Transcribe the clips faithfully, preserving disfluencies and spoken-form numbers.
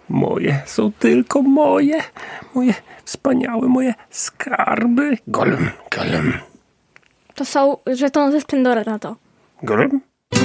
Moje są tylko moje. Moje wspaniałe, moje skarby. Golem, golem. To są żetony ze Splendora na to. Golem?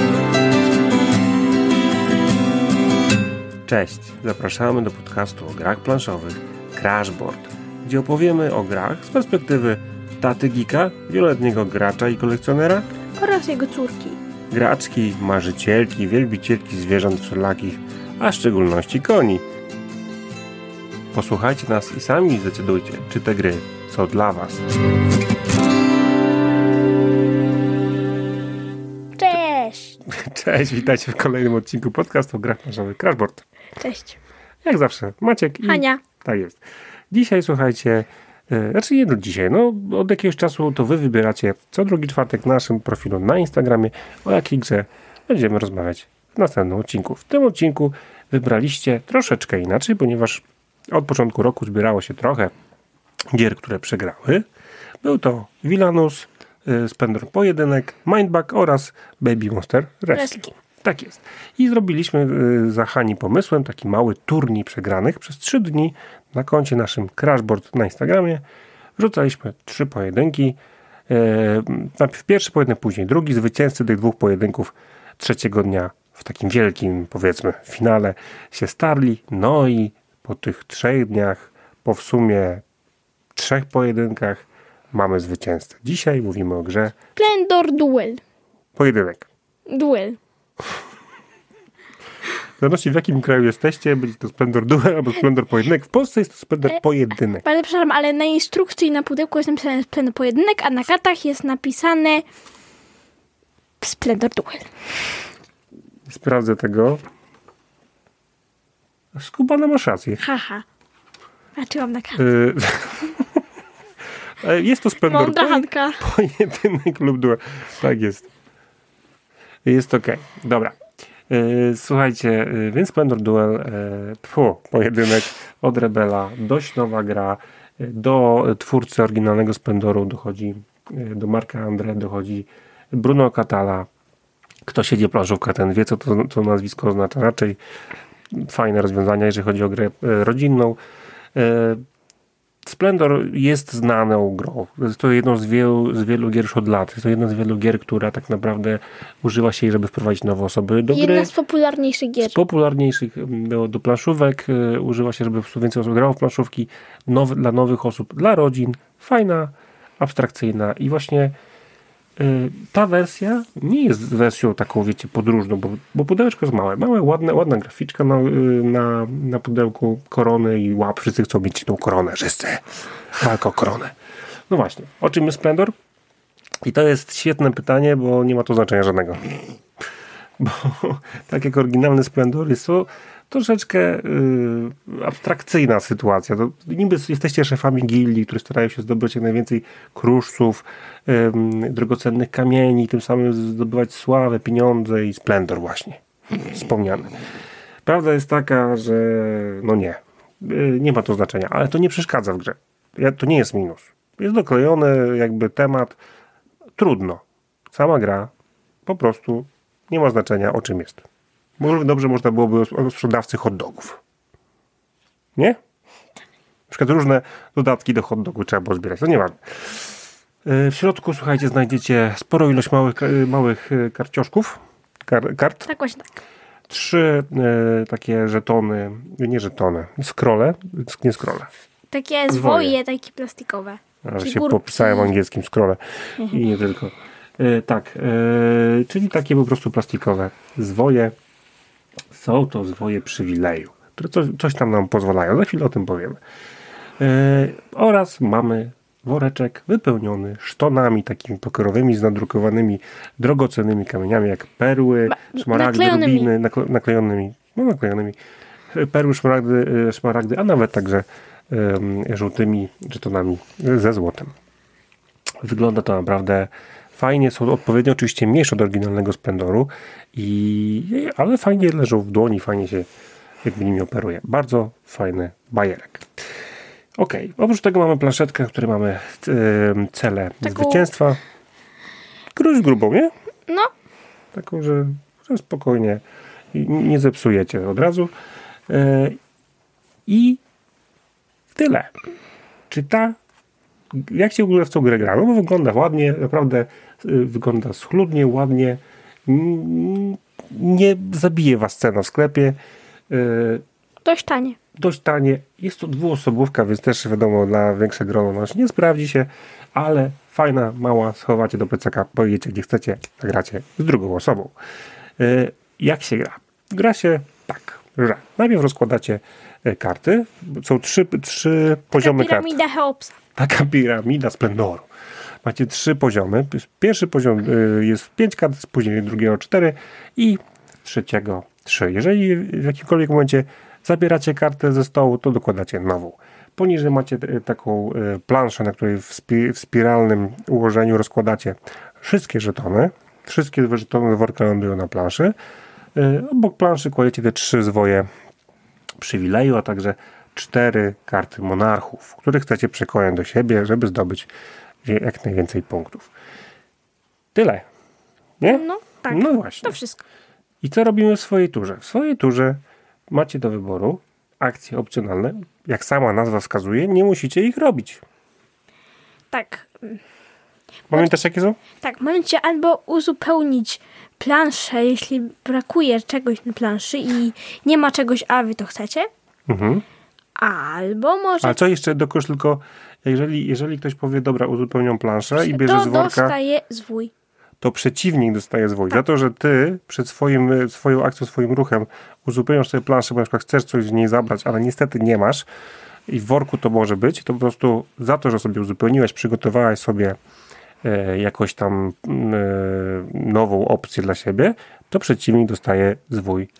Cześć, zapraszamy do podcastu o grach planszowych Crashboard, gdzie opowiemy o grach z perspektywy taty geeka, wieloletniego gracza i kolekcjonera Oraz jego córki. Graczki, marzycielki, wielbicielki zwierząt wszelakich, a w szczególności koni. Posłuchajcie nas i sami zdecydujcie, czy te gry są dla was. Cześć! Cześć, witajcie w kolejnym odcinku podcastu o grach planszowych Crashboard. Cześć. Jak zawsze, Maciek i... Hania. Tak jest. Dzisiaj słuchajcie, yy, znaczy nie do dzisiaj, no od jakiegoś czasu to wy wybieracie co drugi czwartek na naszym profilu na Instagramie, o jakiej grze będziemy rozmawiać w następnym odcinku. W tym odcinku wybraliście troszeczkę inaczej, ponieważ od początku roku zbierało się trochę gier, które przegrały. Był to Villainous, yy, Splendor Pojedynek, Mindbug oraz Baby Monster Rescue. Rescue. Tak jest. I zrobiliśmy y, za Hani pomysłem taki mały turniej przegranych przez trzy dni na koncie naszym Crashboard na Instagramie. Wrzucaliśmy trzy pojedynki. Y, najpierw pierwszy pojedynek, później drugi. Zwycięzcy tych dwóch pojedynków trzeciego dnia w takim wielkim, powiedzmy, finale się starli. No i po tych trzech dniach, po w sumie trzech pojedynkach mamy zwycięzcę. Dzisiaj mówimy o grze Splendor Duel. Pojedynek. Duel. W zależności w jakim kraju jesteście, będzie to Splendor Duel albo Splendor Pojedynek. W Polsce jest to Splendor Pojedynek. Bardzo przepraszam, ale na instrukcji na pudełku jest napisane Splendor Pojedynek, a na kartach jest napisane Splendor Duel. Sprawdzę tego. Skubana, masz rację. Haha. Patrzyłam na kartę. Y- jest to Splendor Mądra Hanka. Pojedynek lub Duel. Tak jest. Jest okej. Okay. Dobra. Yy, słuchajcie, yy, więc Splendor Duel, yy, tfu, pojedynek od Rebela, dość nowa gra. Yy, do twórcy oryginalnego Splendoru dochodzi, yy, do Marka André dochodzi Bruno Cathala. Kto siedzi w planszówkach, ten wie, co to, to nazwisko oznacza. Raczej fajne rozwiązania, jeżeli chodzi o grę yy, rodzinną. Yy, Splendor jest znaną grą. Jest to jedną z wielu, z wielu gier już od lat. Jest to jedna z wielu gier, która tak naprawdę używa się jej, żeby wprowadzić nowe osoby do Jedna gry. z popularniejszych gier. Z popularniejszych do, do planszówek. Y, używa się, żeby więcej osób grało w planszówki. Nowy, dla nowych osób, dla rodzin. Fajna, abstrakcyjna. I właśnie y, ta wersja nie jest wersją taką, wiecie, podróżną, bo, bo pudełeczko jest małe. Małe, ładne, ładna graficzka na, y, na, na pudełku, korony i łap. Wszyscy chcą mieć tą koronę. Wszyscy. Walka o koronę. No właśnie. O czym jest Splendor? I to jest świetne pytanie, bo nie ma to znaczenia żadnego. Bo tak jak oryginalny Splendor jest to troszeczkę yy, abstrakcyjna sytuacja. To niby jesteście szefami gildii, które starają się zdobyć jak najwięcej kruszców, yy, drogocennych kamieni, tym samym zdobywać sławę, pieniądze i Splendor właśnie. Wspomniany. Prawda jest taka, że no nie. Yy, nie ma to znaczenia, ale to nie przeszkadza w grze. Ja, to nie jest minus. Jest doklejony jakby temat. Trudno. Sama gra po prostu nie ma znaczenia, o czym jest. Może dobrze można byłoby o sprzedawcy hot dogów. Nie? Na przykład różne dodatki do hot dogu trzeba było zbierać. To nieważne. W środku, słuchajcie, znajdziecie sporą ilość małych, małych karcioszków. Kar, kart. Tak właśnie tak. Trzy e, takie żetony, nie żetony, scrolle, nie scrolle. Takie zwoje, takie plastikowe. Ale się popisałem angielskim scrolle i nie tylko. E, tak, e, czyli takie po prostu plastikowe zwoje. Są to zwoje przywileju, które coś, coś tam nam pozwalają. Za chwilę o tym powiemy. E, oraz mamy woreczek wypełniony sztonami takimi pokerowymi z nadrukowanymi drogocennymi kamieniami jak perły, Ma, szmaragdy, naklejonymi. rubiny, nakle, naklejonymi, no naklejonymi, perły, szmaragdy, szmaragdy, a nawet także um, żółtymi żetonami ze złotem. Wygląda to naprawdę fajnie, są odpowiednio oczywiście mniejsze od oryginalnego Splendoru, i, ale fajnie leżą w dłoni, fajnie się jakby nimi operuje. Bardzo fajny bajerek. Ok, oprócz tego mamy planszetkę, w której mamy yy, cele Taką... zwycięstwa. Gruź grubą, nie? No. Taką, że, że spokojnie nie zepsujecie od razu. Yy, I tyle. Czy ta, jak się w ogóle w tą grę gra? No bo wygląda ładnie, naprawdę y, wygląda schludnie, ładnie. Mm, nie zabije was cena w sklepie. Y, Dość tanie. dość tanie. Jest to dwuosobówka, więc też wiadomo, dla większe grono nasz nie sprawdzi się, ale fajna, mała, schowacie do plecaka, pojedziecie gdzie chcecie, zagracie z drugą osobą. Yy, jak się gra? Gra się tak, że najpierw rozkładacie karty. Są trzy, trzy poziomy kart. Piramida Cheopsa. Taka piramida splendoru. Macie trzy poziomy. Pierwszy poziom yy, jest pięć kart, później drugiego cztery i trzeciego trzy. Jeżeli w jakimkolwiek momencie zabieracie kartę ze stołu, to dokładacie nową. Poniżej macie taką planszę, na której w, spi- w spiralnym ułożeniu rozkładacie wszystkie żetony. Wszystkie żetony worka lądują na planszy. Obok planszy kładziecie te trzy zwoje przywileju, a także cztery karty monarchów, których chcecie przekonać do siebie, żeby zdobyć jak najwięcej punktów. Tyle. Nie? No tak. No właśnie. To wszystko. I co robimy w swojej turze? W swojej turze macie do wyboru akcje opcjonalne. Jak sama nazwa wskazuje, nie musicie ich robić. Tak. Pamiętasz, jakie są? Tak, możecie albo uzupełnić planszę, jeśli brakuje czegoś na planszy i nie ma czegoś, a wy to chcecie. Mhm. Albo może... A co jeszcze dokosz tylko, jeżeli, jeżeli ktoś powie, dobra, uzupełniam planszę i bierze to z worka, dostaje zwój. to przeciwnik dostaje zwój. Za to, że ty przed swoim, swoją akcją, swoim ruchem uzupełniasz sobie planszę, bo na przykład chcesz coś z niej zabrać, ale niestety nie masz i w worku to może być, to po prostu za to, że sobie uzupełniłeś, przygotowałeś sobie e, jakoś tam e, nową opcję dla siebie, to przeciwnik dostaje zwój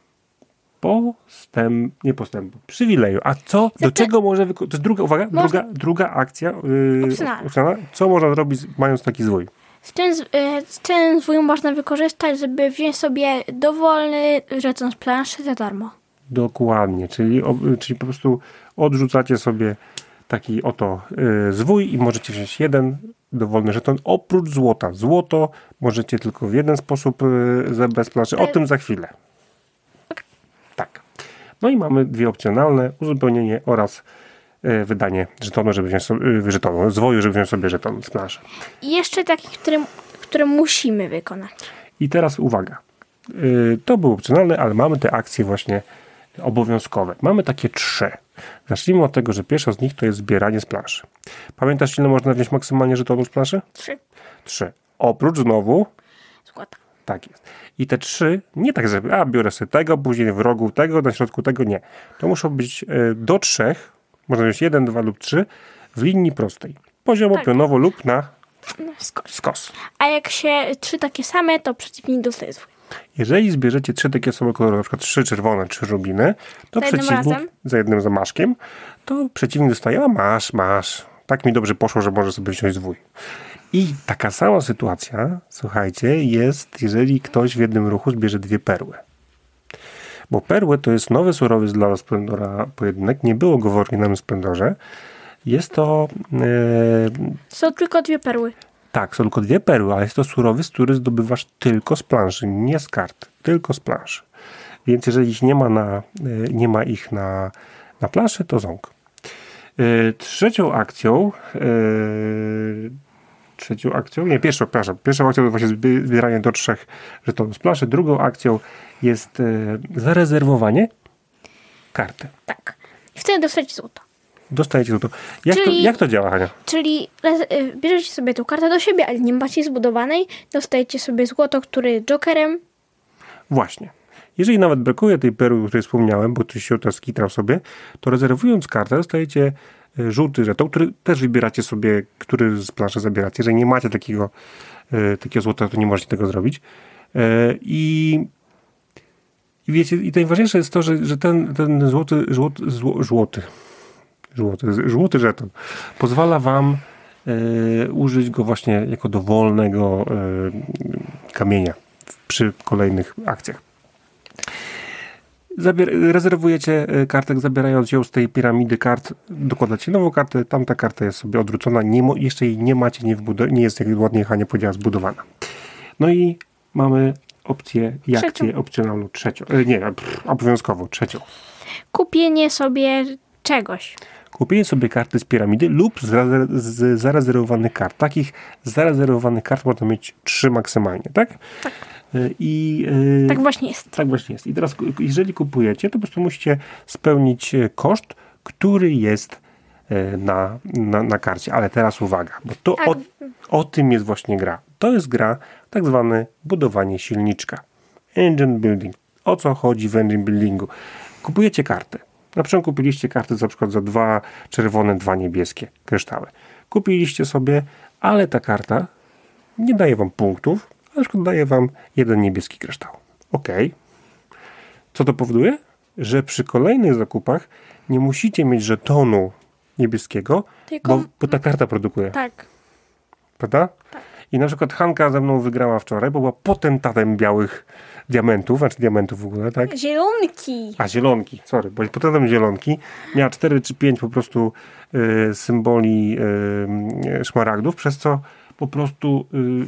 postęp, nie postępu, przywileju. A co, do czego może wykorzystać? To jest druga, uwaga, Można- druga, druga akcja yy, Opcjonalna. opcjonalna. Co można zrobić mając taki zwój? Ten, z- e, ten zwój można wykorzystać, żeby wziąć sobie dowolny żeton z planszy za darmo. Dokładnie, czyli, o, czyli po prostu odrzucacie sobie taki oto y, zwój i możecie wziąć jeden dowolny żeton oprócz złota. Złoto możecie tylko w jeden sposób y, zebrać z planszy. O E- tym za chwilę. Tak. No i mamy dwie opcjonalne, uzupełnienie oraz y, wydanie żetonu, żeby wziąć sobie, y, żetonu, zwoju, żeby wziąć sobie żeton z planszy. I jeszcze taki, który, który musimy wykonać. I teraz uwaga. Y, to był opcjonalny, ale mamy te akcje właśnie obowiązkowe. Mamy takie trzy. Zacznijmy od tego, że pierwsza z nich to jest zbieranie z planszy. Pamiętasz, ile można wziąć maksymalnie żetonów z planszy? Trzy. Trzy. Oprócz znowu, Złota. tak jest. I te trzy, nie tak, że a, biorę sobie tego, później w rogu tego, na środku tego, nie. To muszą być y, do trzech, można wziąć jeden, dwa lub trzy, w linii prostej. Poziomo, Tak. pionowo lub na No, skocz. skos. A jak się trzy takie same, to przeciwnik dostaje zwój. Jeżeli zbierzecie trzy takie same kolory, na przykład trzy czerwone, trzy rubiny, to Za jednym przeciwnik, razem? za jednym zamaszkiem, to przeciwnik dostaje, a masz, masz. Tak mi dobrze poszło, że może sobie wziąć zwój. I taka sama sytuacja, słuchajcie, jest, jeżeli ktoś w jednym ruchu zbierze dwie perły. Bo perły to jest nowy surowiec dla Splendora pojedynek. Nie było go w oryginalnym Splendorze. Jest to... E, Są tylko dwie perły. tak, są tylko dwie perły, ale jest to surowiec, który zdobywasz tylko z planszy, nie z kart, tylko z planszy. Więc jeżeli ich nie ma, na, y, nie ma ich na, na planszy, to ząg. Y, trzecią akcją, y, trzecią akcją, nie, pierwszą, przepraszam, pierwszą akcją to właśnie zbieranie do trzech żetonów z planszy, drugą akcją jest y, zarezerwowanie karty. Tak. I wtedy dostajecie złoto. Dostajecie to. Jak, to. Czyli- jak to działa, Hania? Czyli rez- y, bierzecie sobie tą kartę do siebie, ale nie macie zbudowanej. Dostajecie sobie złoto, który jokerem. Właśnie. Jeżeli nawet brakuje tej perły, o której wspomniałem, bo ktoś się teraz skitrał sobie, to rezerwując kartę dostajecie e, żółty żeton, który też wybieracie sobie, który z planszy zabieracie. Jeżeli nie macie takiego, e, takiego złota, to nie możecie tego zrobić. E, I, i wiecie, i najważniejsze jest to, że, że ten, ten złoty, złoty, zło, złoty, złoty, złoty żeton pozwala wam e, użyć go właśnie jako dowolnego e, kamienia przy kolejnych akcjach. Zabier- rezerwujecie kartę, zabierając ją z tej piramidy kart, dokładacie nową kartę, tamta karta jest sobie odwrócona, nie mo- jeszcze jej nie macie, nie, wbudo- nie jest, jak ładnie Hania powiedziała, zbudowana. No i mamy opcję i akcję Trzecią. opcjonalną trzecią, e, nie, pff, obowiązkową trzecią. kupienie sobie czegoś. Kupienie sobie karty z piramidy lub z, raze- z zarezerwowanych kart. Takich zarezerwowanych kart można mieć trzy maksymalnie, tak? Tak. I, yy, Tak właśnie jest. tak właśnie jest. I teraz, jeżeli kupujecie, to po prostu musicie spełnić koszt, który jest na, na, na karcie. Ale teraz uwaga, bo to Tak. o, o tym jest właśnie gra. To jest gra, tak zwane budowanie silniczka. Engine building. O co chodzi w engine buildingu? Kupujecie kartę. Na przykład kupiliście karty na przykład za dwa czerwone, dwa niebieskie kryształy. Kupiliście sobie, ale ta karta nie daje wam punktów, na przykład daje wam jeden niebieski kryształ. Ok. Co to powoduje? Że przy kolejnych zakupach nie musicie mieć żetonu niebieskiego, Tylko- bo, bo ta karta produkuje. Tak. Prawda? I na przykład Hanka ze mną wygrała wczoraj, bo była potentatem białych diamentów, znaczy diamentów w ogóle, tak? Zielonki. A, zielonki, sorry, bo potentatem zielonki. Miała cztery czy pięć po prostu y, symboli y, szmaragdów, przez co po prostu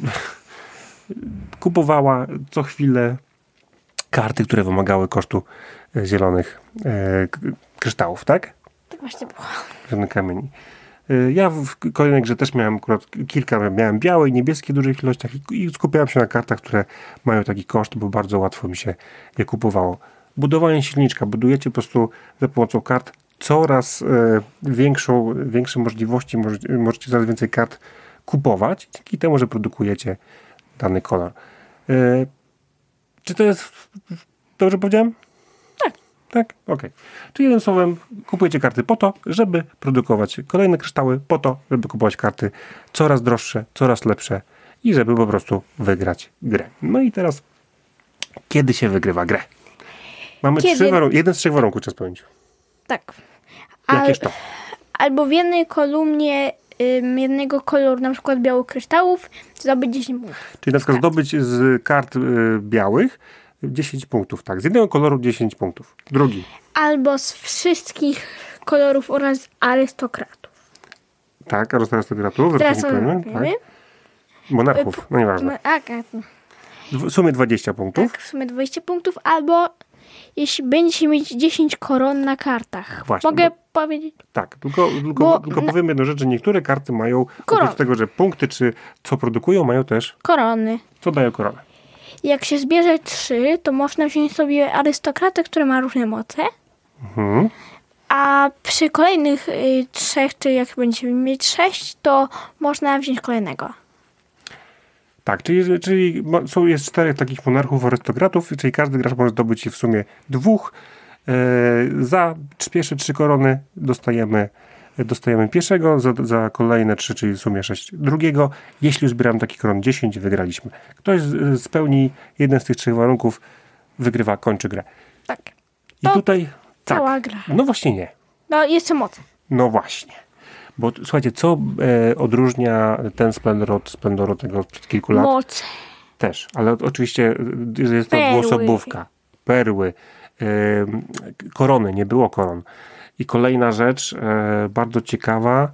y, kupowała co chwilę karty, które wymagały kosztu y, zielonych y, k- kryształów, tak? Tak właśnie było. Żadnych kamieni. Y, Ja w kolejnej grze też miałem akurat kilka, miałem białe i niebieskie w dużych ilościach i, i skupiałem się na kartach, które mają taki koszt, bo bardzo łatwo mi się je kupowało. Budowanie silniczka. Budujecie po prostu za pomocą kart coraz e, większą, większe możliwości, możecie, możecie coraz więcej kart kupować, dzięki temu, że produkujecie dany kolor. E, czy to jest dobrze powiedziałem? Tak? Okej. Czyli jednym słowem kupujecie karty po to, żeby produkować kolejne kryształy, po to, żeby kupować karty coraz droższe, coraz lepsze i żeby po prostu wygrać grę. No i teraz, kiedy się wygrywa grę? Mamy Kiedy? trzy warunki. Jeden z trzech warunków trzeba spełnić. Tak. Al, Jakież to? albo w jednej kolumnie ym, jednego koloru, na przykład białych kryształów, zdobyć dziesięć punktów. Czyli na przykład zdobyć z kart y, białych dziesięć punktów, tak. Z jednego koloru dziesięć punktów. Drugi. Albo z wszystkich kolorów oraz arystokratów. Tak, arystokratów. Teraz zaraz sobie powiem, robimy. tak. Monarchów, no nieważne. Tak, tak. W sumie dwadzieścia punktów. Tak, w sumie dwadzieścia punktów, albo jeśli będziecie mieć dziesięć koron na kartach. Właśnie, Mogę bo- powiedzieć? Tak, tylko, tylko, Bo tylko na- powiem jedną rzecz, że niektóre karty mają, Koron. oprócz tego, że punkty, czy co produkują, mają też, Korony. co dają koronę. Jak się zbierze trzy, to można wziąć sobie arystokratę, który ma różne moce. Mhm. A przy kolejnych y, trzech, czy jak będziemy mieć sześć, to można wziąć kolejnego. Tak, czyli, czyli ma- są, jest czterech takich monarchów, arystokratów, czyli każdy gracz może zdobyć w sumie dwóch. E, za trz- pierwsze trzy korony dostajemy, dostajemy pierwszego, za, za kolejne trzy, czyli w sumie sześć drugiego. Jeśli uzbieramy taki koron dziesięć, wygraliśmy. Ktoś z- spełni jeden z tych trzech warunków, wygrywa, kończy grę. Tak. I To tutaj... Cała tak. gra. No właśnie nie. No, jeszcze moce. No właśnie. Bo t- słuchajcie, co e, odróżnia ten Splendor od Splendoru tego sprzed kilku lat? Moce. Też, ale o- oczywiście e, jest to Perły. dwuosobówka, perły, e, korony, nie było koron. I kolejna rzecz, e, bardzo ciekawa,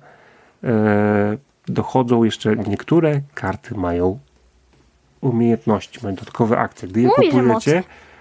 e, dochodzą jeszcze, niektóre karty mają umiejętności, mają dodatkowe akcje. Gdy je Mówię, że kupujecie,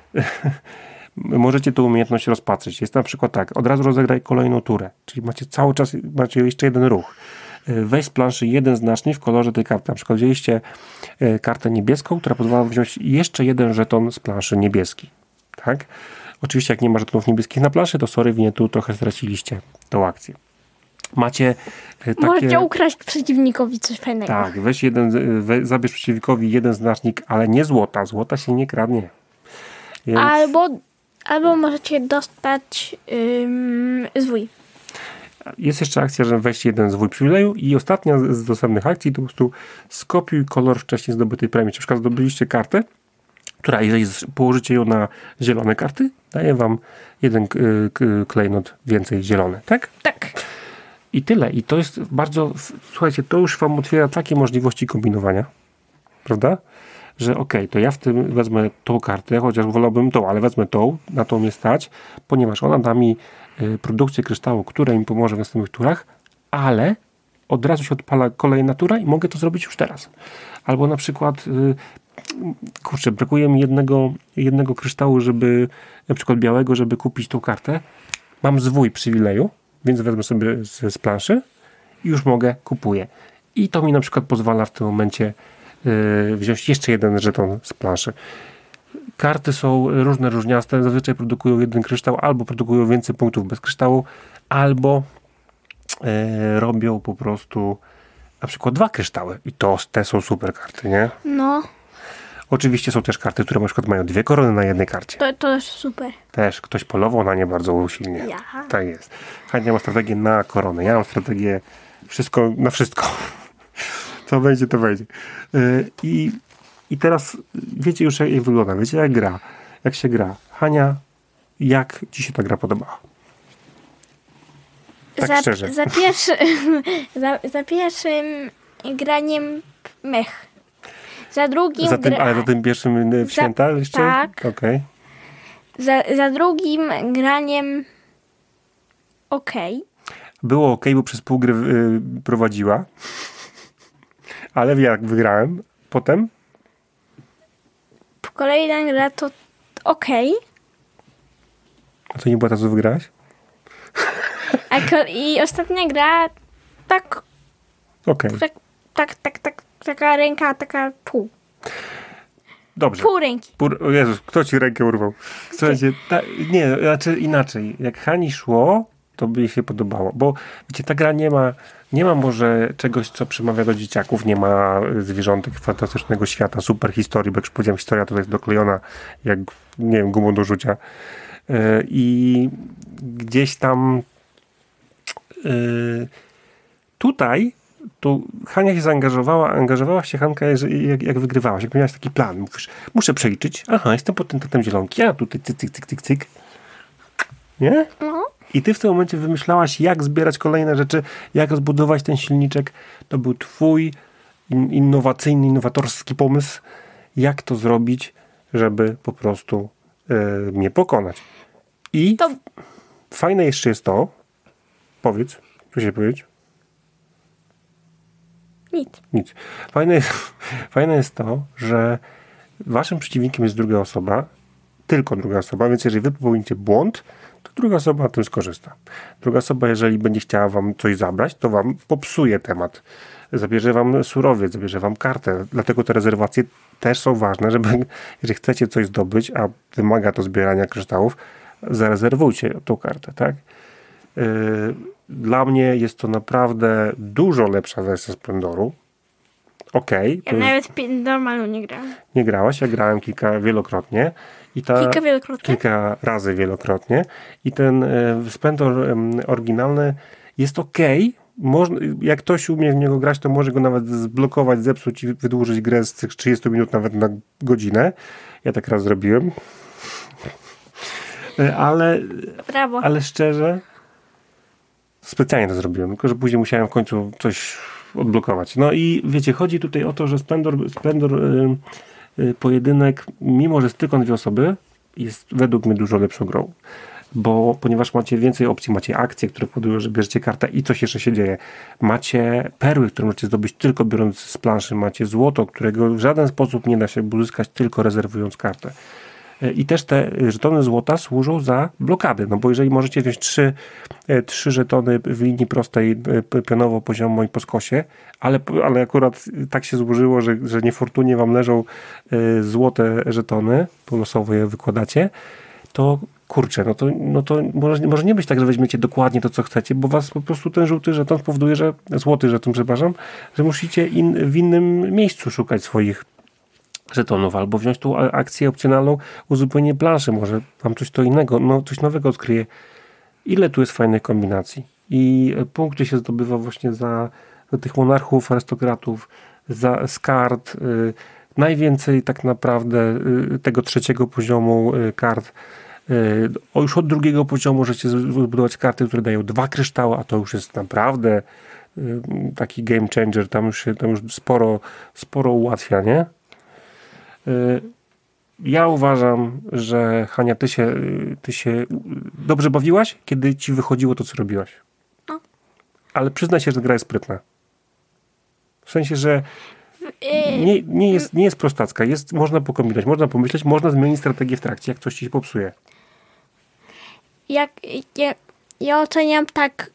możecie tę umiejętność rozpatrzeć. Jest na przykład tak, od razu rozegraj kolejną turę, czyli macie cały czas, macie jeszcze jeden ruch. E, Weź z planszy jeden znacznik w kolorze tej karty. Na przykład wzięliście e, kartę niebieską, która pozwala wziąć jeszcze jeden żeton z planszy niebieski. Tak? Oczywiście jak nie ma żetonów niebieskich na planszy, to sorry, winie tu trochę straciliście tą akcję. Macie e, takie... Możecie ukraść przeciwnikowi coś fajnego. Tak, weź jeden, z- we, zabierz przeciwnikowi jeden znacznik, ale nie złota. Złota się nie kradnie. Więc Albo, albo możecie dostać ym, zwój. jest jeszcze akcja, że weź jeden zwój przywileju i ostatnia z, z dostępnych akcji to po prostu skopiuj kolor wcześniej zdobytej premii. Na przykład zdobyliście kartę, która jeżeli z- położycie ją na zielone karty, daje wam jeden k- k- klejnot więcej zielony, tak? Tak. I tyle. I to jest bardzo, f- słuchajcie, to już wam otwiera takie możliwości kombinowania, prawda? Że okej, to ja w tym wezmę tą kartę, chociaż wolałbym tą, ale wezmę tą, na tą mnie stać, ponieważ ona da mi y, produkcję kryształu, która mi pomoże w następnych turach, ale od razu się odpala kolejna tura i mogę to zrobić już teraz. Albo na przykład y, kurczę, brakuje mi jednego, jednego kryształu, żeby, na przykład białego, żeby kupić tą kartę. Mam zwój przywileju, więc wezmę sobie z, z planszy i już mogę, kupuję. I to mi na przykład pozwala w tym momencie yy, wziąć jeszcze jeden żeton z planszy. Karty są różne, różniaste. Zazwyczaj produkują jeden kryształ, albo produkują więcej punktów bez kryształu, albo yy, robią po prostu na przykład dwa kryształy. I to te są super karty, nie? No, Oczywiście są też karty, które na przykład mają dwie korony na jednej karcie. to, to jest super. Też ktoś polował na nie bardzo usilnie. Ja. Tak jest. Hania ma strategię na koronę. Ja mam strategię wszystko na wszystko. Co będzie, to będzie. Yy, I, I teraz wiecie już, jak, jak wygląda. Wiecie, jak gra. Jak się gra. Hania, jak ci się ta gra podobała? Tak za, szczerze. Za, pierwszy, za, za pierwszym graniem mech. Za drugim... Za tym, gra... ale za tym pierwszym w Za- święta jeszcze? tak. Okej. Za, za drugim graniem okej. Było ok, bo przez pół gry y, prowadziła. Ale jak wygrałem potem? Kolejna gra to okej. A to nie była ta, co wygrałaś? A ko- I ostatnia gra tak, Okej. tak, tak, tak, tak, taka ręka, taka pół. Dobrze. Pół ręki. Pór, o Jezus, kto ci rękę urwał? Słuchajcie, ta, nie, znaczy inaczej. Jak Hani szło, to by jej się podobało. Bo wiecie, ta gra nie ma, nie ma może czegoś, co przemawia do dzieciaków. Nie ma zwierzątek fantastycznego świata, super historii, bo jak już powiedziałem, historia tutaj jest doklejona jak, nie wiem, gumą do rzucia. Yy, I gdzieś tam yy, tutaj tu Hania się zaangażowała, angażowała się Hanka, jak, jak wygrywałaś, jak miałaś taki plan. Mówisz, muszę przeliczyć, aha, jestem potentatem zielonki, a tutaj cyk, cyk, cyk, cyk, cyk. Nie? No. I ty w tym momencie wymyślałaś, jak zbierać kolejne rzeczy, jak zbudować ten silniczek. To był twój in- innowacyjny, innowatorski pomysł, jak to zrobić, żeby po prostu yy, mnie pokonać. I To fajne jeszcze jest to, powiedz, co się powiedzieć? nic. Nic. Fajne jest, fajne jest to, że waszym przeciwnikiem jest druga osoba, tylko druga osoba, więc jeżeli wy popełnicie błąd, to druga osoba na tym skorzysta. Druga osoba, jeżeli będzie chciała wam coś zabrać, to wam popsuje temat. Zabierze wam surowiec, zabierze wam kartę. Dlatego te rezerwacje też są ważne, żeby, jeżeli chcecie coś zdobyć, a wymaga to zbierania kryształów, zarezerwujcie tą kartę, tak? Yy, dla mnie jest to naprawdę dużo lepsza wersja Splendoru. Okej. Ja Okay, nawet pi- normalną nie grałem. nie grałaś, ja grałem kilka wielokrotnie. I ta, Kilka wielokrotnie. kilka razy wielokrotnie. I ten e, Splendor e, oryginalny jest okej. Można, jak ktoś umie w niego grać, to może go nawet zblokować, zepsuć i wydłużyć grę z tych trzydzieści minut nawet na godzinę. Ja tak raz zrobiłem. E, ale, Brawo. ale szczerze, specjalnie to zrobiłem, tylko że później musiałem w końcu coś odblokować. No i wiecie, chodzi tutaj o to, że Splendor, Splendor y, y, pojedynek, mimo że jest tylko dwie osoby, jest według mnie dużo lepszą grą. Bo ponieważ macie więcej opcji, macie akcje, które powodują, że bierzecie kartę i coś jeszcze się dzieje. Macie perły, które możecie zdobyć tylko biorąc z planszy. Macie złoto, którego w żaden sposób nie da się uzyskać tylko rezerwując kartę. I też te żetony złota służą za blokady, no bo jeżeli możecie wziąć trzy, trzy żetony w linii prostej, pionowo, poziomo i po skosie, ale, ale akurat tak się złożyło, że, że niefortunnie wam leżą złote żetony, po losowo je wykładacie, to kurczę, no to, no to może, może nie być tak, że weźmiecie dokładnie to, co chcecie, bo was po prostu ten żółty żeton spowoduje, że złoty żeton, przepraszam, że musicie in, w innym miejscu szukać swoich żetonów, albo wziąć tą akcję opcjonalną, uzupełnienie planszy, może wam coś to innego, no coś nowego odkryje. Ile tu jest fajnych kombinacji. I punkty się zdobywa właśnie za, za tych monarchów, arystokratów, za z kart. Y, najwięcej tak naprawdę y, tego trzeciego poziomu y, kart. Y, o, już od drugiego poziomu możecie zbudować karty, które dają dwa kryształy, a to już jest naprawdę y, taki game changer. Tam już, się, tam już sporo, sporo ułatwia, nie? Ja uważam, że Hania, ty się, ty się dobrze bawiłaś, kiedy ci wychodziło to, co robiłaś. No. Ale przyznaj się, że gra jest sprytna. W sensie, że Nie, nie, jest, nie jest prostacka. Jest, można pokombinować, można pomyśleć, można zmienić strategię w trakcie, jak coś ci się popsuje. Jak, ja, ja oceniam tak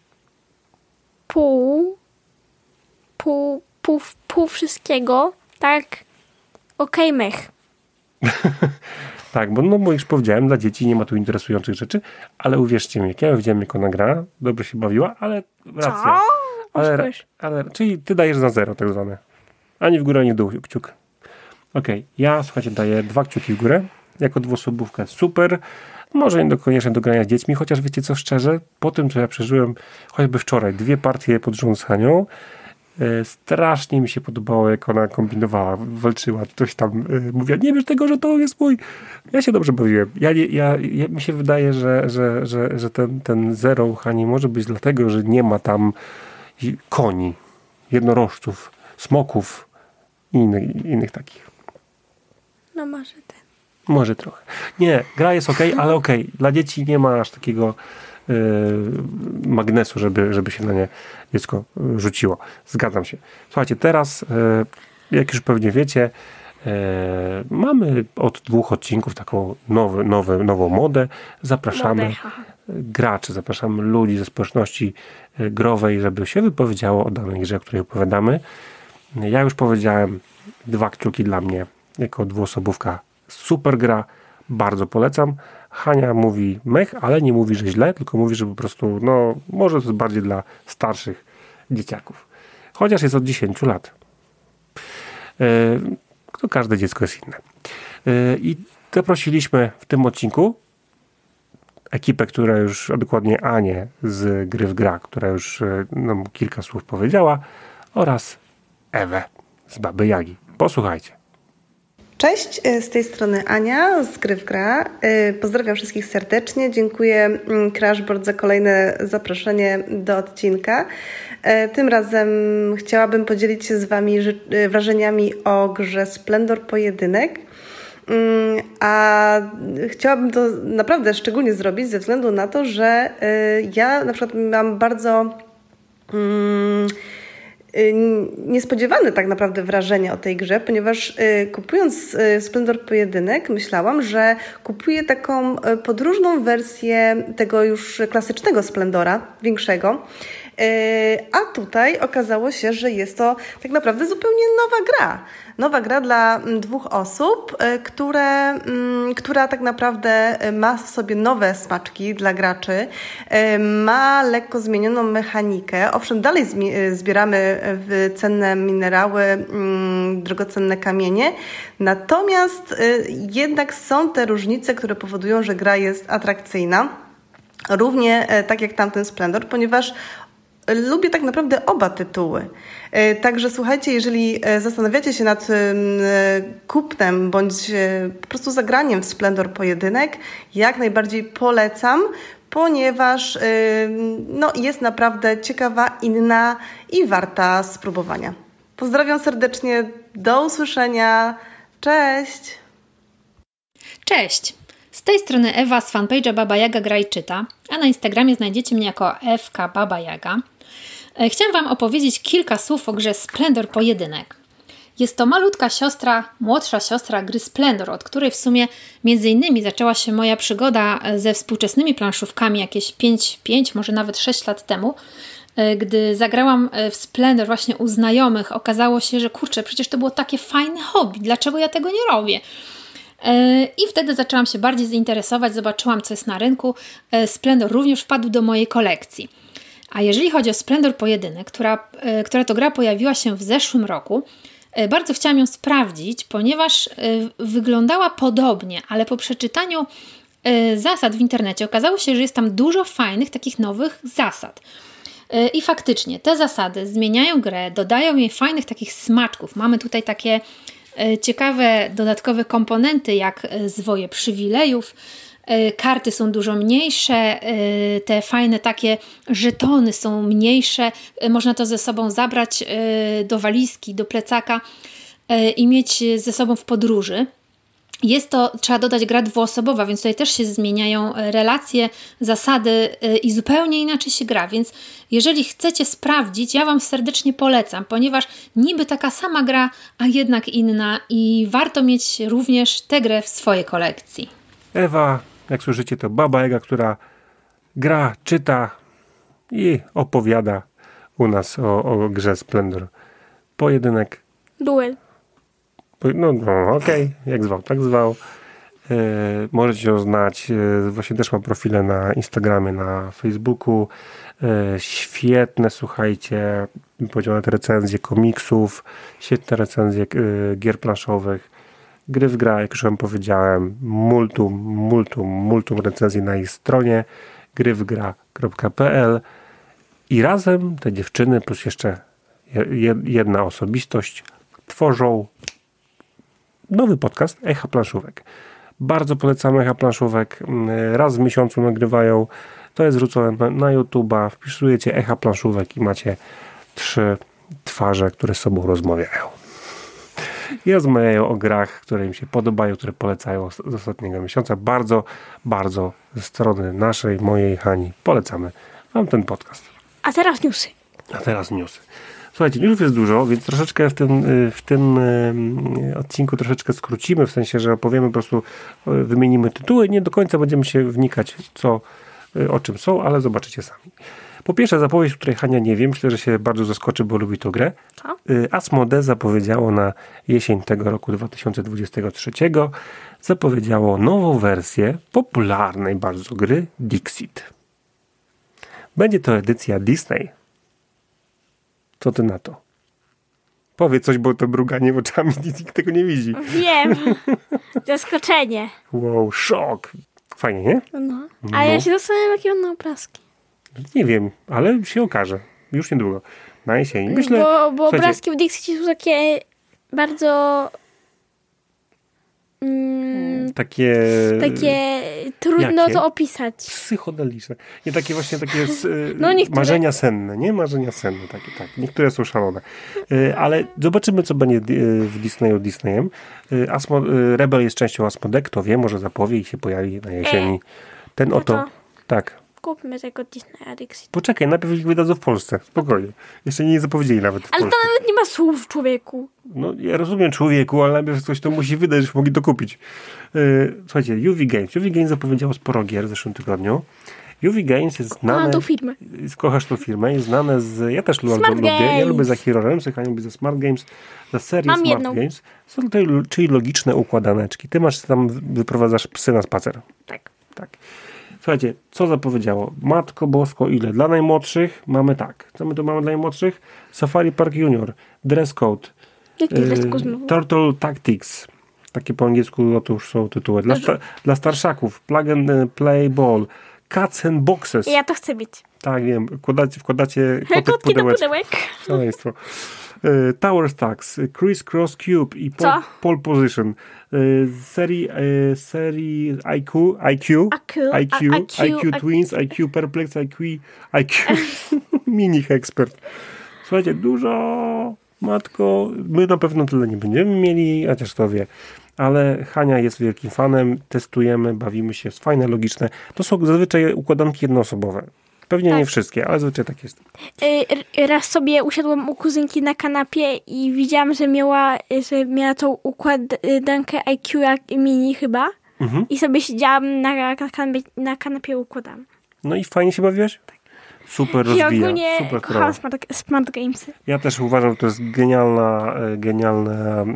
pół, pół, pół, pół wszystkiego, tak okej, okay, mech. Tak, bo no bo już powiedziałem, dla dzieci nie ma tu interesujących rzeczy, ale uwierzcie mi, jak ja widziałem, jak ona gra, dobrze się bawiła, ale racja. Ale, ale, czyli ty dajesz za zero tak zwane. Ani w górę, ani w dół kciuk. Okej, okay. Ja, słuchajcie, daję dwa kciuki w górę. Jako dwuosobówkę super. Może nie do koniecznie do grania z dziećmi, chociaż wiecie co, szczerze, po tym, co ja przeżyłem, choćby wczoraj, dwie partie pod rząd z Hanią, e, strasznie mi się podobało, jak ona kombinowała, walczyła, ktoś tam e, mówiła, nie wiesz tego, że to jest mój. Ja się dobrze bawiłem. Ja, ja, ja, mi się wydaje, że, że, że, że ten, ten zero u Hani może być dlatego, że nie ma tam koni, jednorożców, smoków i innych, innych takich. No może ten. Może trochę. Nie, gra jest okej, okay, ale okej. Okay. Dla dzieci nie ma aż takiego yy, magnesu, żeby, żeby się na nie dziecko rzuciło. Zgadzam się. Słuchajcie, teraz, yy, jak już pewnie wiecie, yy, mamy od dwóch odcinków taką nowy, nowy, nową modę. Zapraszamy Mode. graczy, zapraszamy ludzi ze społeczności growej, żeby się wypowiedziało o danej grze, o której opowiadamy. Ja już powiedziałem, dwa kciuki dla mnie jako dwuosobówka. Super gra, bardzo polecam. Hania mówi mech, ale nie mówi, że źle, tylko mówi, że po prostu, no, może to jest bardziej dla starszych dzieciaków. Chociaż jest od dziesięciu lat. Yy, to każde dziecko jest inne. Yy, I zaprosiliśmy w tym odcinku ekipę, która już, a dokładnie Anię z Gry w Gra, która już nam kilka słów powiedziała, oraz Ewę z Baby Jagi. Posłuchajcie. Cześć, z tej strony Ania z Gry w Gra. Pozdrawiam wszystkich serdecznie. Dziękuję Crashboard za kolejne zaproszenie do odcinka. Tym razem chciałabym podzielić się z Wami wrażeniami o grze Splendor Pojedynek. A chciałabym to naprawdę szczególnie zrobić ze względu na to, że ja na przykład mam bardzo niespodziewane tak naprawdę wrażenie o tej grze, ponieważ kupując Splendor Pojedynek myślałam, że kupuję taką podróżną wersję tego już klasycznego Splendora, większego, a tutaj okazało się, że jest to tak naprawdę zupełnie nowa gra. Nowa gra dla dwóch osób, które, która tak naprawdę ma w sobie nowe smaczki dla graczy, ma lekko zmienioną mechanikę. Owszem, dalej zbieramy cenne minerały, drogocenne kamienie, natomiast jednak są te różnice, które powodują, że gra jest atrakcyjna. Równie tak jak tamten Splendor, ponieważ lubię tak naprawdę oba tytuły. Także słuchajcie, jeżeli zastanawiacie się nad kupnem bądź po prostu zagraniem w Splendor Pojedynek, jak najbardziej polecam, ponieważ no, jest naprawdę ciekawa, inna i warta spróbowania. Pozdrawiam serdecznie, do usłyszenia, cześć! Cześć! Z tej strony Ewa z fanpage'a Baba Jaga Gra i Czyta, a na Instagramie znajdziecie mnie jako F K Baba Jaga. Chciałam Wam opowiedzieć kilka słów o grze Splendor Pojedynek. Jest to malutka siostra, młodsza siostra gry Splendor, od której w sumie między innymi zaczęła się moja przygoda ze współczesnymi planszówkami jakieś pięć, pięć, może nawet sześć lat temu. Gdy zagrałam w Splendor właśnie u znajomych, okazało się, że kurczę, przecież to było takie fajne hobby, dlaczego ja tego nie robię? I wtedy zaczęłam się bardziej zainteresować, zobaczyłam, co jest na rynku. Splendor również wpadł do mojej kolekcji. A jeżeli chodzi o Splendor Pojedynek, która, która to gra pojawiła się w zeszłym roku, bardzo chciałam ją sprawdzić, ponieważ wyglądała podobnie, ale po przeczytaniu zasad w internecie okazało się, że jest tam dużo fajnych, takich nowych zasad. I faktycznie te zasady zmieniają grę, dodają jej fajnych takich smaczków. Mamy tutaj takie ciekawe dodatkowe komponenty jak zwoje przywilejów, karty są dużo mniejsze, te fajne takie żetony są mniejsze, można to ze sobą zabrać do walizki, do plecaka i mieć ze sobą w podróży. Jest to, trzeba dodać, gra dwuosobowa, więc tutaj też się zmieniają relacje, zasady i zupełnie inaczej się gra, więc jeżeli chcecie sprawdzić, ja Wam serdecznie polecam, ponieważ niby taka sama gra, a jednak inna i warto mieć również tę grę w swojej kolekcji. Ewa, jak słyszycie, to Baba Jaga, która gra, czyta i opowiada u nas o, o grze Splendor. Pojedynek. Duel. No, no okej, okay. Jak zwał, tak zwał. E, możecie ją znać. E, właśnie też mam profile na Instagramie, na Facebooku. E, świetne, słuchajcie, powiedział nawet recenzje komiksów, świetne recenzje e, gier planszowych. Gry w gra, jak już wam powiedziałem, multum, multum, multum recenzji na ich stronie gry w gra kropka p l i razem te dziewczyny plus jeszcze jedna osobistość tworzą nowy podcast Echa Planszówek. Bardzo polecamy Echa Planszówek. Raz w miesiącu nagrywają. To jest wrzucone na, na YouTube'a. Wpisujecie Echa Planszówek i macie trzy twarze, które z sobą rozmawiają. I rozmawiają o grach, które im się podobają, które polecają z ostatniego miesiąca. Bardzo, bardzo ze strony naszej, mojej Hani polecamy wam ten podcast. A teraz newsy. A teraz newsy. Słuchajcie, newsów jest dużo, więc troszeczkę w tym, w tym odcinku troszeczkę skrócimy, w sensie, że opowiemy po prostu, wymienimy tytuły. Nie do końca będziemy się wnikać, co, o czym są, ale zobaczycie sami. Po pierwsze, zapowiedź, której Hania nie wiem, myślę, że się bardzo zaskoczy, bo lubi tę grę. Co? Asmodee zapowiedziało na jesień tego roku dwa tysiące dwudziestego trzeciego zapowiedziało nową wersję popularnej bardzo gry Dixit. Będzie to edycja Disney. Co ty na to? Powiedz coś, bo to bruganie oczami, nikt tego nie widzi. Wiem. Zaskoczenie. Wow, szok. Fajnie, nie? No. A ja się zastanawiam, jakie on ma obrazki. Nie wiem, ale się okaże. Już niedługo. Na jesieni. Myślę, bo bo obrazki w Dixicie są takie bardzo... Mm, takie... Takie trudno jakie? to opisać. Psychodeliczne. Nie, takie właśnie takie no, niektóre... marzenia senne, nie? Marzenia senne, takie, tak. Niektóre są szalone. Ale zobaczymy, co będzie w Disneyu Disneyem. Asmo... Rebel jest częścią Asmodee, kto wie, może zapowie i się pojawi na jesieni. Ten oto... to... Tak. Kupmy tego Disneya Dixit. Poczekaj, najpierw ich wydadzą w Polsce. Spokojnie. Jeszcze nie zapowiedzieli nawet w Ale Polsce. to nawet nie ma słów, człowieku. No, ja rozumiem, człowieku, ale najpierw coś to musi wydać, żeby mogli to kupić. Yy, słuchajcie, U V Games. U V Games zapowiedziało sporo gier w zeszłym tygodniu. U V Games jest znane... A, tą firmę. Kochasz tą firmę. Jest znane z... Ja też Smart lubię. Games. Ja lubię za Hero Realms, Hania lubi za Smart Games. Za serię Mam Smart jedną. Games. Są tutaj, czyli logiczne układaneczki. Ty masz tam, wyprowadzasz psy na spacer. Tak. Tak. Słuchajcie, co zapowiedziało? Matko Bosko, ile? Dla najmłodszych mamy tak. Co my tu mamy dla najmłodszych? Safari Park Junior, Dress Code, Jaki yy, dress code znowu? Turtle Tactics. Takie po angielsku no to już są tytuły. Dla, sta- dla starszaków Plug and Play Ball, Cats and Boxes. Ja to chcę mieć. Tak, wiem. Wkładacie, wkładacie kotek Kotki do pudełeczka. pudełek. Szaleństwo. Y, Tower Stacks, Criss Cross Cube i pole, pole Position. Y, serii, y, serii I Q, I Q, I Q, I Q, I Q, I Q Twins, I Q Perplex, I Q, I Q Mini Expert. Słuchajcie, dużo, matko, my na pewno tyle nie będziemy mieli, chociaż to wie. Ale Hania jest wielkim fanem, testujemy, bawimy się, jest fajne, logiczne. To są zazwyczaj układanki jednoosobowe. Pewnie tak. nie wszystkie, ale zazwyczaj tak jest. Y, raz sobie usiadłam u kuzynki na kanapie i widziałam, że miała, że miała tą układankę I Q jak mini chyba. Mhm. I sobie siedziałam na, na, kanapie, na kanapie układam. No i fajnie się bawiłaś? Tak. Super rozwija. I ogólnie super kocham smart, smart Gamesy. Ja też uważam, że to jest genialna, genialny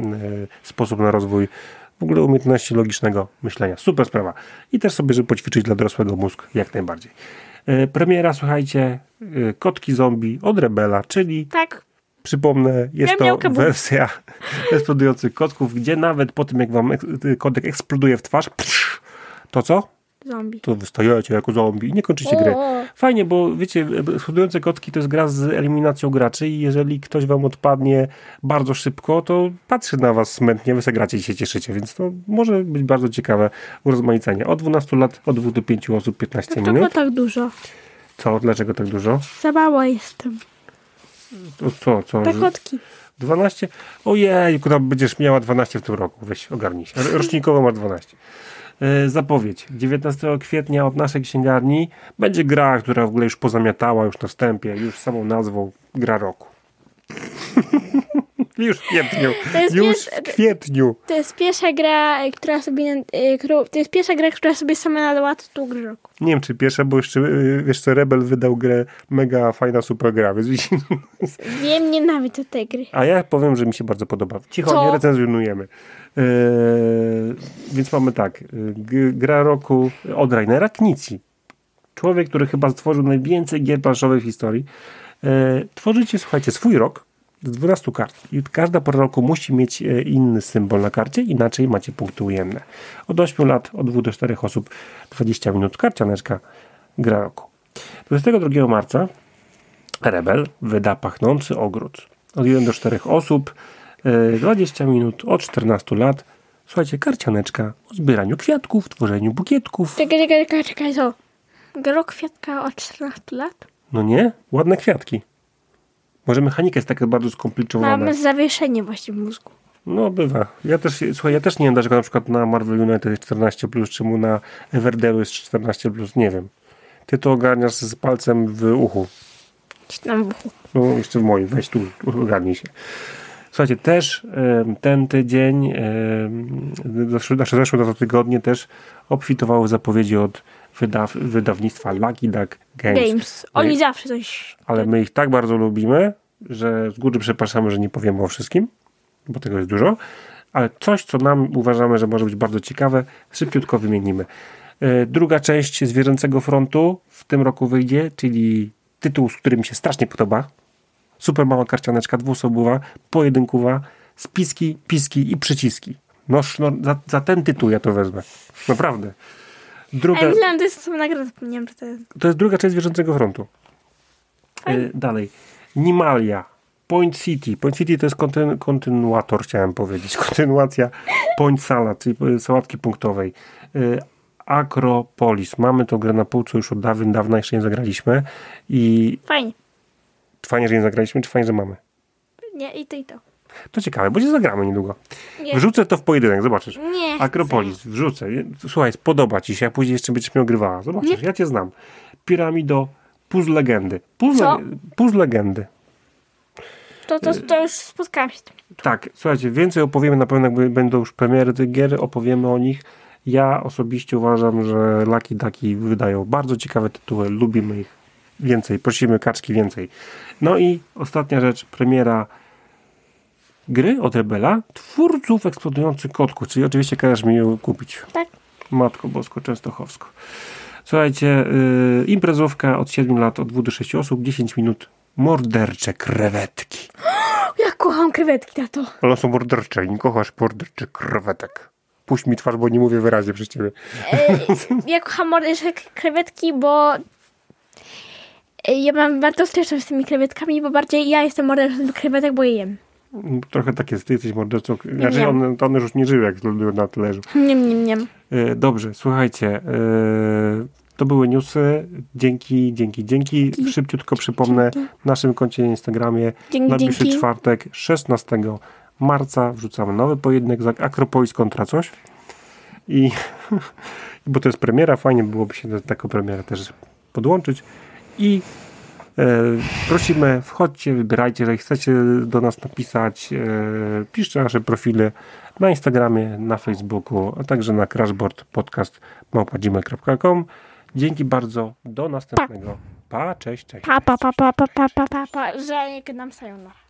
sposób na rozwój w ogóle umiejętności logicznego myślenia. Super sprawa. I też sobie, żeby poćwiczyć dla dorosłego mózg jak najbardziej. Premiera, słuchajcie, Kotki Zombie od Rebela, czyli tak. Przypomnę, jest to wersja eksplodujących kotków, gdzie nawet po tym, jak wam kotek eksploduje w twarz, psz, to co? Zombie. To wy stajecie jako zombie i nie kończycie gry. Fajnie, bo wiecie, eksplodujące kotki to jest gra z eliminacją graczy i jeżeli ktoś wam odpadnie bardzo szybko, to patrzy na was smętnie, wy se gracie i się cieszycie, więc to może być bardzo ciekawe urozmaicenie. Od dwunastu lat, od dwóch do pięciu osób, piętnaście minut. Dlaczego tak dużo? Co? Dlaczego tak dużo? Za mało jestem. To co, co? Pekotki. dwanaście? Ojej, tam będziesz miała dwanaście w tym roku. Weź, ogarnij się. Rocznikowo masz dwanaście. Yy, zapowiedź. dziewiętnastego kwietnia od naszej księgarni będzie gra, która w ogóle już pozamiatała już na wstępie, już samą nazwą gra roku. Już w kwietniu. Już w kwietniu. To jest pierwsza gra, która sobie to jest pierwsza gra, która sobie sama nadała tytuł gry roku. Nie wiem, czy pierwsza, bo jeszcze, wiesz co, Rebel wydał grę mega fajna, super gra. Więc... Wiem, nienawidzę tej gry. A ja powiem, że mi się bardzo podoba. Cicho, Co? nie recenzjonujemy. Eee, więc mamy tak. G- gra roku od Rainera Knizzi. Człowiek, który chyba stworzył najwięcej gier planszowych w historii. Eee, tworzycie, słuchajcie, swój rok z dwunastu kart. I każda pora roku musi mieć inny symbol na karcie, inaczej macie punkty ujemne. Od ośmiu lat, od dwóch do czterech osób, dwadzieścia minut, karcianeczka, gra roku. dwudziestego drugiego marca Rebel wyda Pachnący ogród. Od jeden do czterech osób, dwadzieścia minut, od czternastu lat. Słuchajcie, karcianeczka o zbieraniu kwiatków, tworzeniu bukietków. Czekaj, czekaj, czekaj, czekaj, co? Gra kwiatka od czternastu lat? No nie? Ładne kwiatki. Może mechanika jest taka bardzo skomplikowana. Mamy zawieszenie właśnie w mózgu. No bywa. Ja też, słuchaj, ja też nie wiem, dlaczego na przykład na Marvel United jest czternaście plus, czemu na Everdelu jest czternaście plus, nie wiem. Ty to ogarniasz z palcem w uchu. Czy tam w uchu. No jeszcze w moim, weź tu, ogarnij się. Słuchajcie, też ten tydzień, nasze zeszłe dwa tygodnie też obfitowały zapowiedzi od wydaw, wydawnictwa Lucky Duck Games. Games. Oni zawsze coś... Ale my ich tak bardzo lubimy, że z góry przepraszamy, że nie powiemy o wszystkim, bo tego jest dużo, ale coś, co nam uważamy, że może być bardzo ciekawe, szybciutko wymienimy. Druga część Zwierzęcego Frontu w tym roku wyjdzie, czyli tytuł, z którym mi się strasznie podoba. Super mała karcianeczka, dwuosobowa, pojedynkowa, spiski, piski i przyciski. No, no za, za ten tytuł ja to wezmę. Naprawdę. Druga... Ja myślałam, to jest sama nagroda. Nie wiem, to jest... To jest druga część Zwierzęcego Frontu. Yy, dalej. Nimalia. Point City. Point City to jest kontyn- kontynuator, chciałem powiedzieć. Kontynuacja Point Salad, czyli sałatki punktowej. Yy, Acropolis. Mamy tą grę na półce już od dawien, dawna, jeszcze nie zagraliśmy. I... Fajnie. Fajnie, że nie zagraliśmy, czy fajnie, że mamy? Nie, i to, i to. To ciekawe, bo się zagramy niedługo. Nie. Wrzucę to w pojedynek, zobaczysz. Nie. Akropolis, wrzucę. Słuchaj, spodoba ci się, a później jeszcze będziesz mnie ogrywała. Zobaczysz, nie. Ja cię znam. Piramido, Puzzle Legendy. Puzzle, Co? Puzzle Legendy. To, to, to już spotkałam się z tym. Tak, słuchajcie, więcej opowiemy na pewno, jak będą już premiery tych gier, opowiemy o nich. Ja osobiście uważam, że Lucky Ducky wydają bardzo ciekawe tytuły, lubimy ich więcej, prosimy kaczki więcej. No i ostatnia rzecz, premiera gry od Rebela, Twórców Eksplodujących Kotków, czyli oczywiście każesz mi ją kupić. Tak. Matko Bosko, Częstochowsko. Słuchajcie, yy, imprezówka od siedmiu lat, od dwóch do sześciu osób, dziesięć minut, mordercze krewetki. Ja kocham krewetki, tato. Ale są mordercze, nie kochasz morderczych krewetek. Puść mi twarz, bo nie mówię wyraźnie przez ciebie. E, ja kocham mordercze krewetki, bo ja mam bardzo styczność z tymi krewetkami, bo bardziej ja jestem mordercą krewetek, bo je jem. Trochę tak jest, ty jesteś mordercą. Znaczy one, one już nie żyły, jak lądują na talerzu. Nie, nie, nie. E, dobrze, słuchajcie. E, to były newsy. Dzięki, dzięki, dzięki. Szybciutko przypomnę, w naszym koncie na Instagramie Dzięki, najbliższy dzięki. czwartek, szesnastego marca wrzucamy nowy pojedynek za Akropolis kontra coś. I bo to jest premiera, fajnie byłoby się do taką premierę też podłączyć. I e, prosimy, wchodźcie, wybierajcie, jeżeli chcecie do nas napisać, e, piszcie nasze profile na Instagramie, na Facebooku, a także na crashboard podcast małpa gmail kropka com. Dzięki bardzo, do następnego. Pa, cześć, cześć. Pa, pa, pa, pa, pa, pa, pa, pa, pa. Że jak nam sayonara.